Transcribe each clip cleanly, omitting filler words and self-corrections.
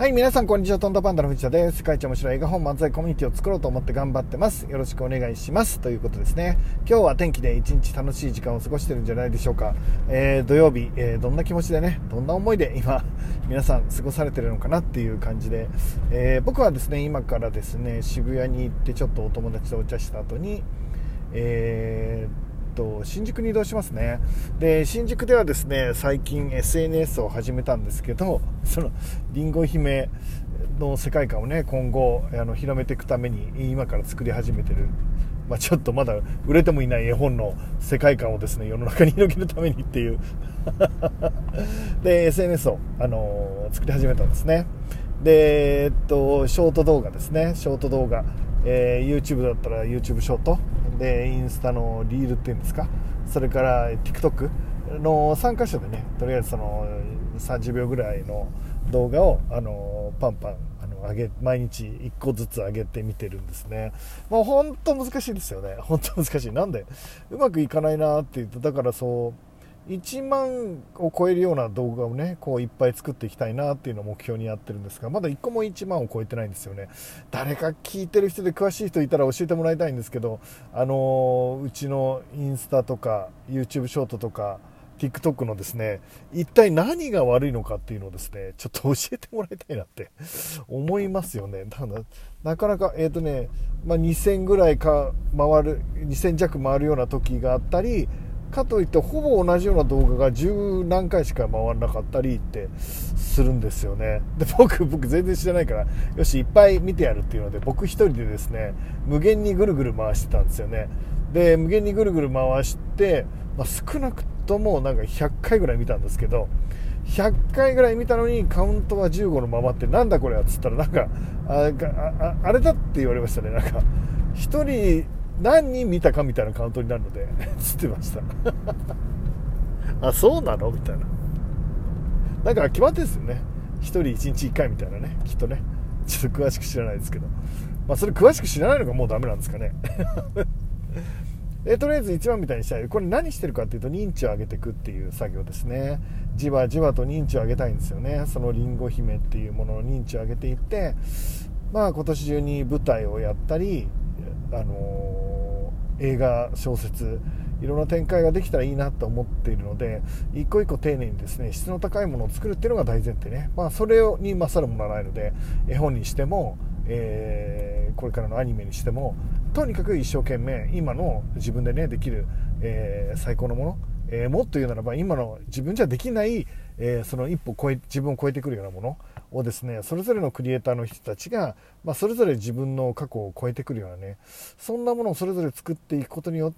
はい、皆さんこんにちは。トントパンダの藤田です。世界一面白い映画本漫才コミュニティを作ろうと思って頑張ってます。よろしくお願いします。ということですね。今日は天気で一日楽しい時間を過ごしてるんじゃないでしょうか。土曜日、どんな気持ちでね、どんな思いで今皆さん過ごされてるのかなっていう感じで、僕はですね、今からですね、渋谷に行ってちょっとお友達とお茶した後に、新宿に移動しますね。で、新宿ではですね、最近 SNS を始めたんですけど、そのリンゴ姫の世界観をね、今後広めていくために今から作り始めてる、ちょっとまだ売れてもいない絵本の世界観をですね、世の中に広げるためにっていうで SNS を、作り始めたんですね。で、ショート動画ですね。ショート動画、YouTube だったら YouTube ショートで、インスタのリールっていうんですか、それから TikTok の3箇所でね、とりあえずその30秒ぐらいの動画をパンパン毎日1個ずつ上げてみてるんですね。本当難しいですよね。本当難しい。なんでうまくいかないなって言って、だから1万を超えるような動画をね、こういっぱい作っていきたいなっていうのを目標にやってるんですが、まだ1個も1万を超えてないんですよね。誰か聞いてる人で詳しい人いたら教えてもらいたいんですけど、うちのインスタとか YouTube ショートとか TikTok のですね、一体何が悪いのかっていうのをですね、ちょっと教えてもらいたいなって思いますよね。なかなか2000ぐらい2000弱回るような時があったり、かといってほぼ同じような動画が10何回しか回らなかったりってするんですよね。で、僕全然知らないから、よしいっぱい見てやるっていうので、僕一人でですね、無限にぐるぐる回してたんですよね。で、無限にぐるぐる回して、少なくともなんか100回ぐらい見たんですけど、100回ぐらい見たのにカウントは15のままって、なんだこれはっつったら、なんかあれだって言われましたね。なんか一人何人見たかみたいなカウントになるのでつってましたあ、そうなのみたいな。なんか決まってるんですよね。1人1日1回みたいなね、きっとね。ちょっと詳しく知らないですけど、それ詳しく知らないのがもうダメなんですかねとりあえず1番みたいにしたい。これ何してるかっていうと、認知を上げていくっていう作業ですね。じわじわと認知を上げたいんですよね。そのリンゴ姫っていうものの認知を上げていって、今年中に舞台をやったり、映画、小説、いろんな展開ができたらいいなと思っているので、一個一個丁寧にですね、質の高いものを作るっていうのが大前提ね。それに勝るものはないので、絵本にしても、これからのアニメにしても、とにかく一生懸命今の自分でねできる、最高のもの、もっと言うならば今の自分じゃできない、その一歩自分を超えてくるようなものをですね、それぞれのクリエイターの人たちが、それぞれ自分の過去を超えてくるようなね、そんなものをそれぞれ作っていくことによって、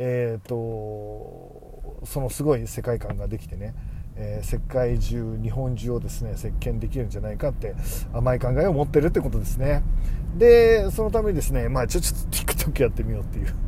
そのすごい世界観ができてね、世界中、日本中をですね席巻できるんじゃないかって甘い考えを持ってるってことですね。で、そのためにですね、ちょっと TikTok やってみようっていう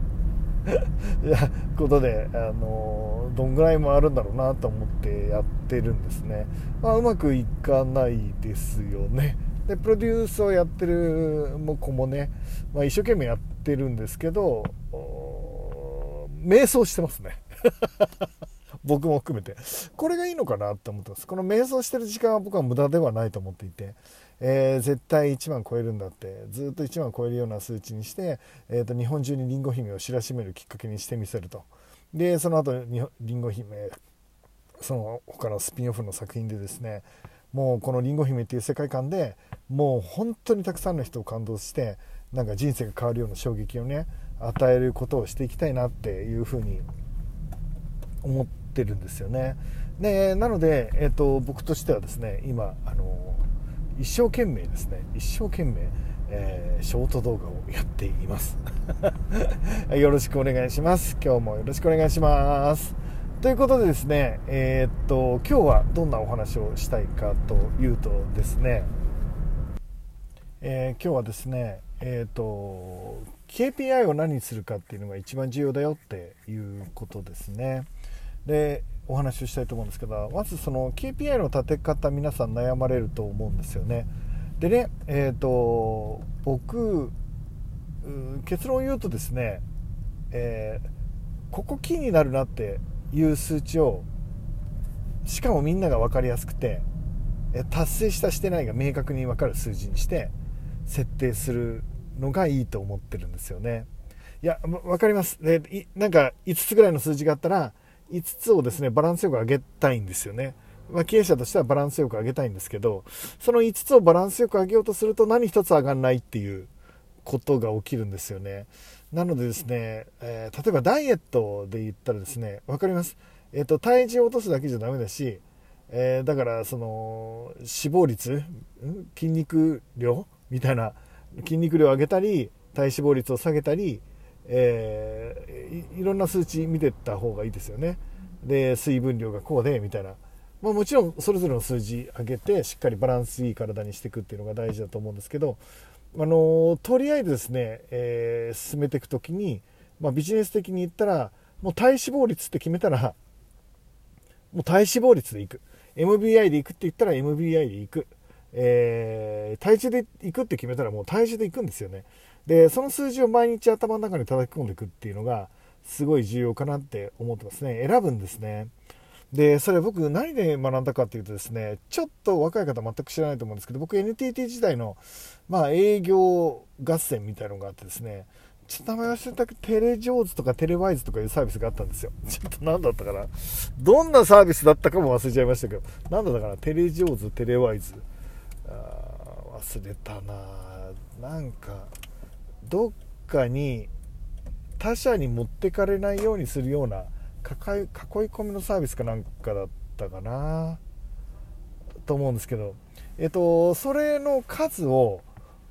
ことで、どんぐらい回るんだろうなと思ってやってるんですね。うまくいかないですよね。で、プロデュースをやってる子もね、一生懸命やってるんですけど、迷走してますね僕も含めてこれがいいのかなって思ってます。この迷走してる時間は僕は無駄ではないと思っていて、絶対1万超えるんだって、ずっと1万超えるような数値にして、日本中にリンゴ姫を知らしめるきっかけにしてみせると。で、その後リンゴ姫、その他のスピンオフの作品でですね、もうこのリンゴ姫っていう世界観でもう本当にたくさんの人を感動して、なんか人生が変わるような衝撃をね与えることをしていきたいなっていうふうに思ってるんですよね。で、なので、僕としてはですね、今一生懸命ですね、ショート動画をやっていますよろしくお願いします。今日もよろしくお願いします。ということでですね、今日はどんなお話をしたいかというとですね、今日はですね、KPI を何にするかっていうのが一番重要だよっていうことですね。で、お話をしたいと思うんですけど、まずその KPI の立て方、皆さん悩まれると思うんですよね。でね、僕結論を言うとですね、ここキーになるなっていう数値を、しかもみんなが分かりやすくて、 達成したしてないが明確に分かる数字にして設定するのがいいと思ってるんですよね。いや、分かります。なんか5つぐらいの数字があったら5つをですねバランスよく上げたいんですよね。経営者としてはバランスよく上げたいんですけど、その5つをバランスよく上げようとすると何一つ上がらないっていうことが起きるんですよね。なのでですね、例えばダイエットで言ったらですね、分かります。体重を落とすだけじゃダメだし、だからその脂肪率、筋肉量みたいな、筋肉量を上げたり体脂肪率を下げたり、いろんな数値見ていった方がいいですよね。で水分量がこうでみたいな、もちろんそれぞれの数字上げてしっかりバランスいい体にしていくっていうのが大事だと思うんですけど、とりあえずですね、進めていくときに、ビジネス的に言ったらもう体脂肪率って決めたらもう体脂肪率でいく、 MBI でいくって言ったら MBI でいく、体重でいくって決めたらもう体重でいくんですよね。でその数字を毎日頭の中に叩き込んでいくっていうのがすごい重要かなって思ってますね。選ぶんですね。でそれ僕何で学んだかっていうとですね、ちょっと若い方全く知らないと思うんですけど、僕 NTT 時代の、営業合戦みたいなのがあってですね、ちょっと名前忘れたけどテレジョーズとかテレワイズとかいうサービスがあったんですよ。ちょっと何だったかな、どんなサービスだったかも忘れちゃいましたけど、何だったかな、テレジョーズテレワイズ、忘れたな。なんかどっかに他社に持ってかれないようにするような囲い込みのサービスかなんかだったかなと思うんですけど、それの数を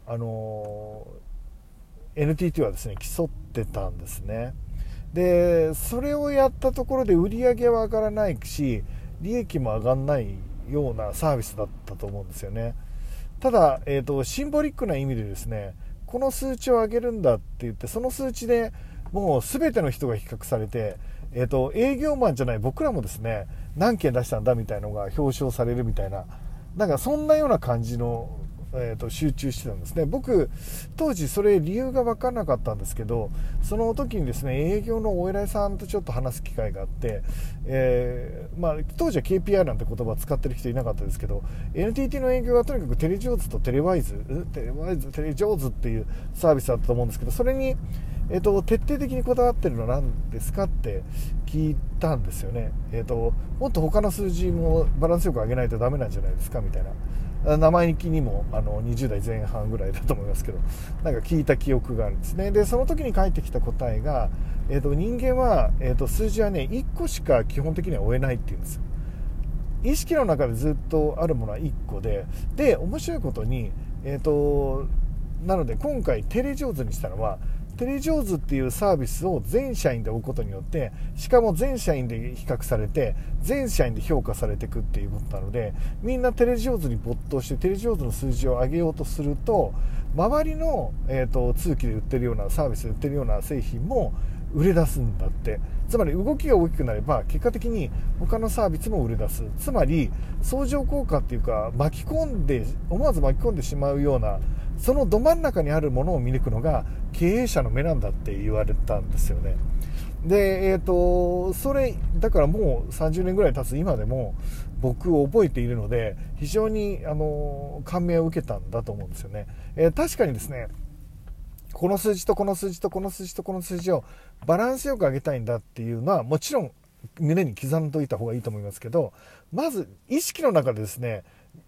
NTT はですね競ってたんですね。でそれをやったところで売り上げは上がらないし利益も上がらないようなサービスだったと思うんですよね。ただ、シンボリックな意味でですね、この数値を上げるんだって言って、その数値でもう全ての人が比較されて、営業マンじゃない僕らもですね何件出したんだみたいなのが表彰されるみたいな、なんかそんなような感じの、集中してたんですね。僕当時それ理由が分からなかったんですけど、その時にですね営業のお偉いさんとちょっと話す機会があって、当時は KPI なんて言葉を使ってる人いなかったですけど、 NTT の営業はとにかくテレジョーズとテレジョーズっていうサービスだったと思うんですけど、それに徹底的にこだわってるのは何ですかって聞いたんですよね。もっと他の数字もバランスよく上げないとダメなんじゃないですかみたいな、生意気にも20代前半ぐらいだと思いますけど、なんか聞いた記憶があるんですね。でその時に返ってきた答えが、人間は、数字はね1個しか基本的には追えないっていうんですよ。意識の中でずっとあるものは1個で、面白いことに、なので今回テレジョーズにしたのは、テレジョーズっていうサービスを全社員で置くことによって、しかも全社員で比較されて全社員で評価されていくっていうことなので、みんなテレジョーズに没頭してテレジョーズの数字を上げようとすると、周りの、通期で売ってるようなサービスで売ってるような製品も売れ出すんだって。つまり動きが大きくなれば結果的に他のサービスも売れ出す。つまり相乗効果っていうか、思わず巻き込んでしまうような、そのど真ん中にあるものを見抜くのが経営者の目なんだって言われたんですよね。で、それだからもう30年ぐらい経つ今でも僕を覚えているので、非常に感銘を受けたんだと思うんですよね。確かにですね、この数字とこの数字とこの数字とこの数字をバランスよく上げたいんだっていうのはもちろん胸に刻んでおいた方がいいと思いますけど、まず意識の中でですね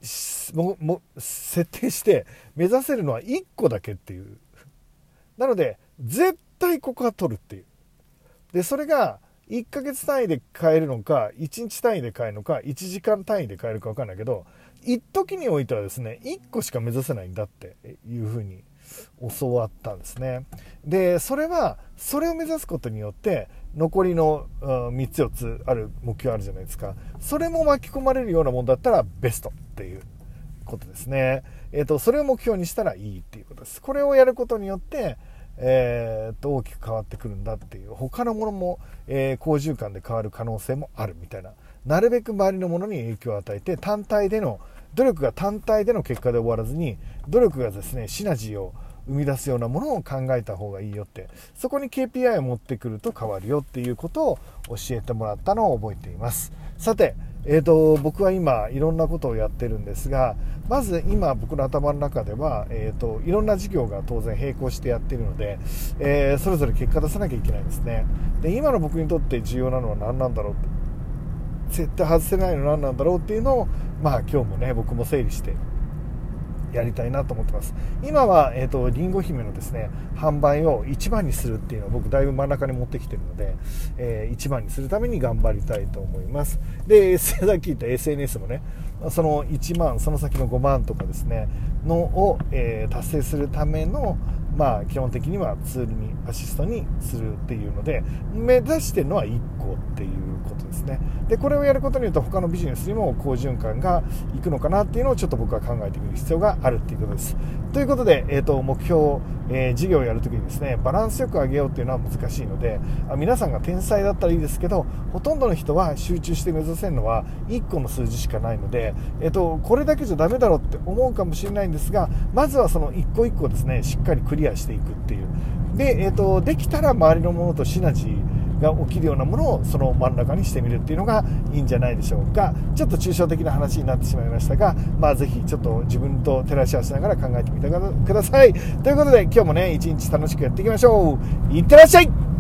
設定して目指せるのは1個だけっていう。なので絶対ここは取るっていう。でそれが1ヶ月単位で変えるのか1日単位で変えるのか1時間単位で変えるか分かんないけど、一時においてはですね1個しか目指せないんだっていうふうに教わったんですね。でそれを目指すことによって残りの3つ4つある目標あるじゃないですか。それも巻き込まれるようなもんだったらベストっていうことですね。それを目標にしたらいいっていうことです。これをやることによって大きく変わってくるんだっていう。他のものも、好循環で変わる可能性もあるみたいな。なるべく周りのものに影響を与えて、努力が単体での結果で終わらずに、努力がですねシナジーを生み出すようなものを考えた方がいいよって、そこに KPI を持ってくると変わるよっていうことを教えてもらったのを覚えています。さて、 僕は今いろんなことをやってるんですが、まず今僕の頭の中では、いろんな事業が当然並行してやっているので、それぞれ結果出さなきゃいけないんですね。で、今の僕にとって重要なのは何なんだろうって、絶対外せないの何なんだろうっていうのを、今日もね僕も整理してやりたいなと思ってます。今は、りんご姫のですね販売を1番にするっていうのを僕だいぶ真ん中に持ってきてるので、1番にするために頑張りたいと思います。で、さっき言った SNS もね、その1万その先の5万とかですねのを、達成するための基本的にはツールにアシストにするっていうので、目指してるのは1個っていうことですね。でこれをやることによって他のビジネスにも好循環がいくのかなっていうのをちょっと僕は考えてみる必要があるっていうことです。ということで、目標、事業をやるときにですねバランスよく上げようっていうのは難しいので、皆さんが天才だったらいいですけど、ほとんどの人は集中して目指せるのは1個の数字しかないので、これだけじゃダメだろうって思うかもしれないんですが、まずはその1個1個ですねしっかりクリアしていくっていうで、できたら周りのものとシナジーが起きるようなものをその真ん中にしてみるっていうのがいいんじゃないでしょうか。ちょっと抽象的な話になってしまいましたが、ぜひちょっと自分と照らし合わせながら考えてみてください。ということで今日もね一日楽しくやっていきましょう。いってらっしゃい。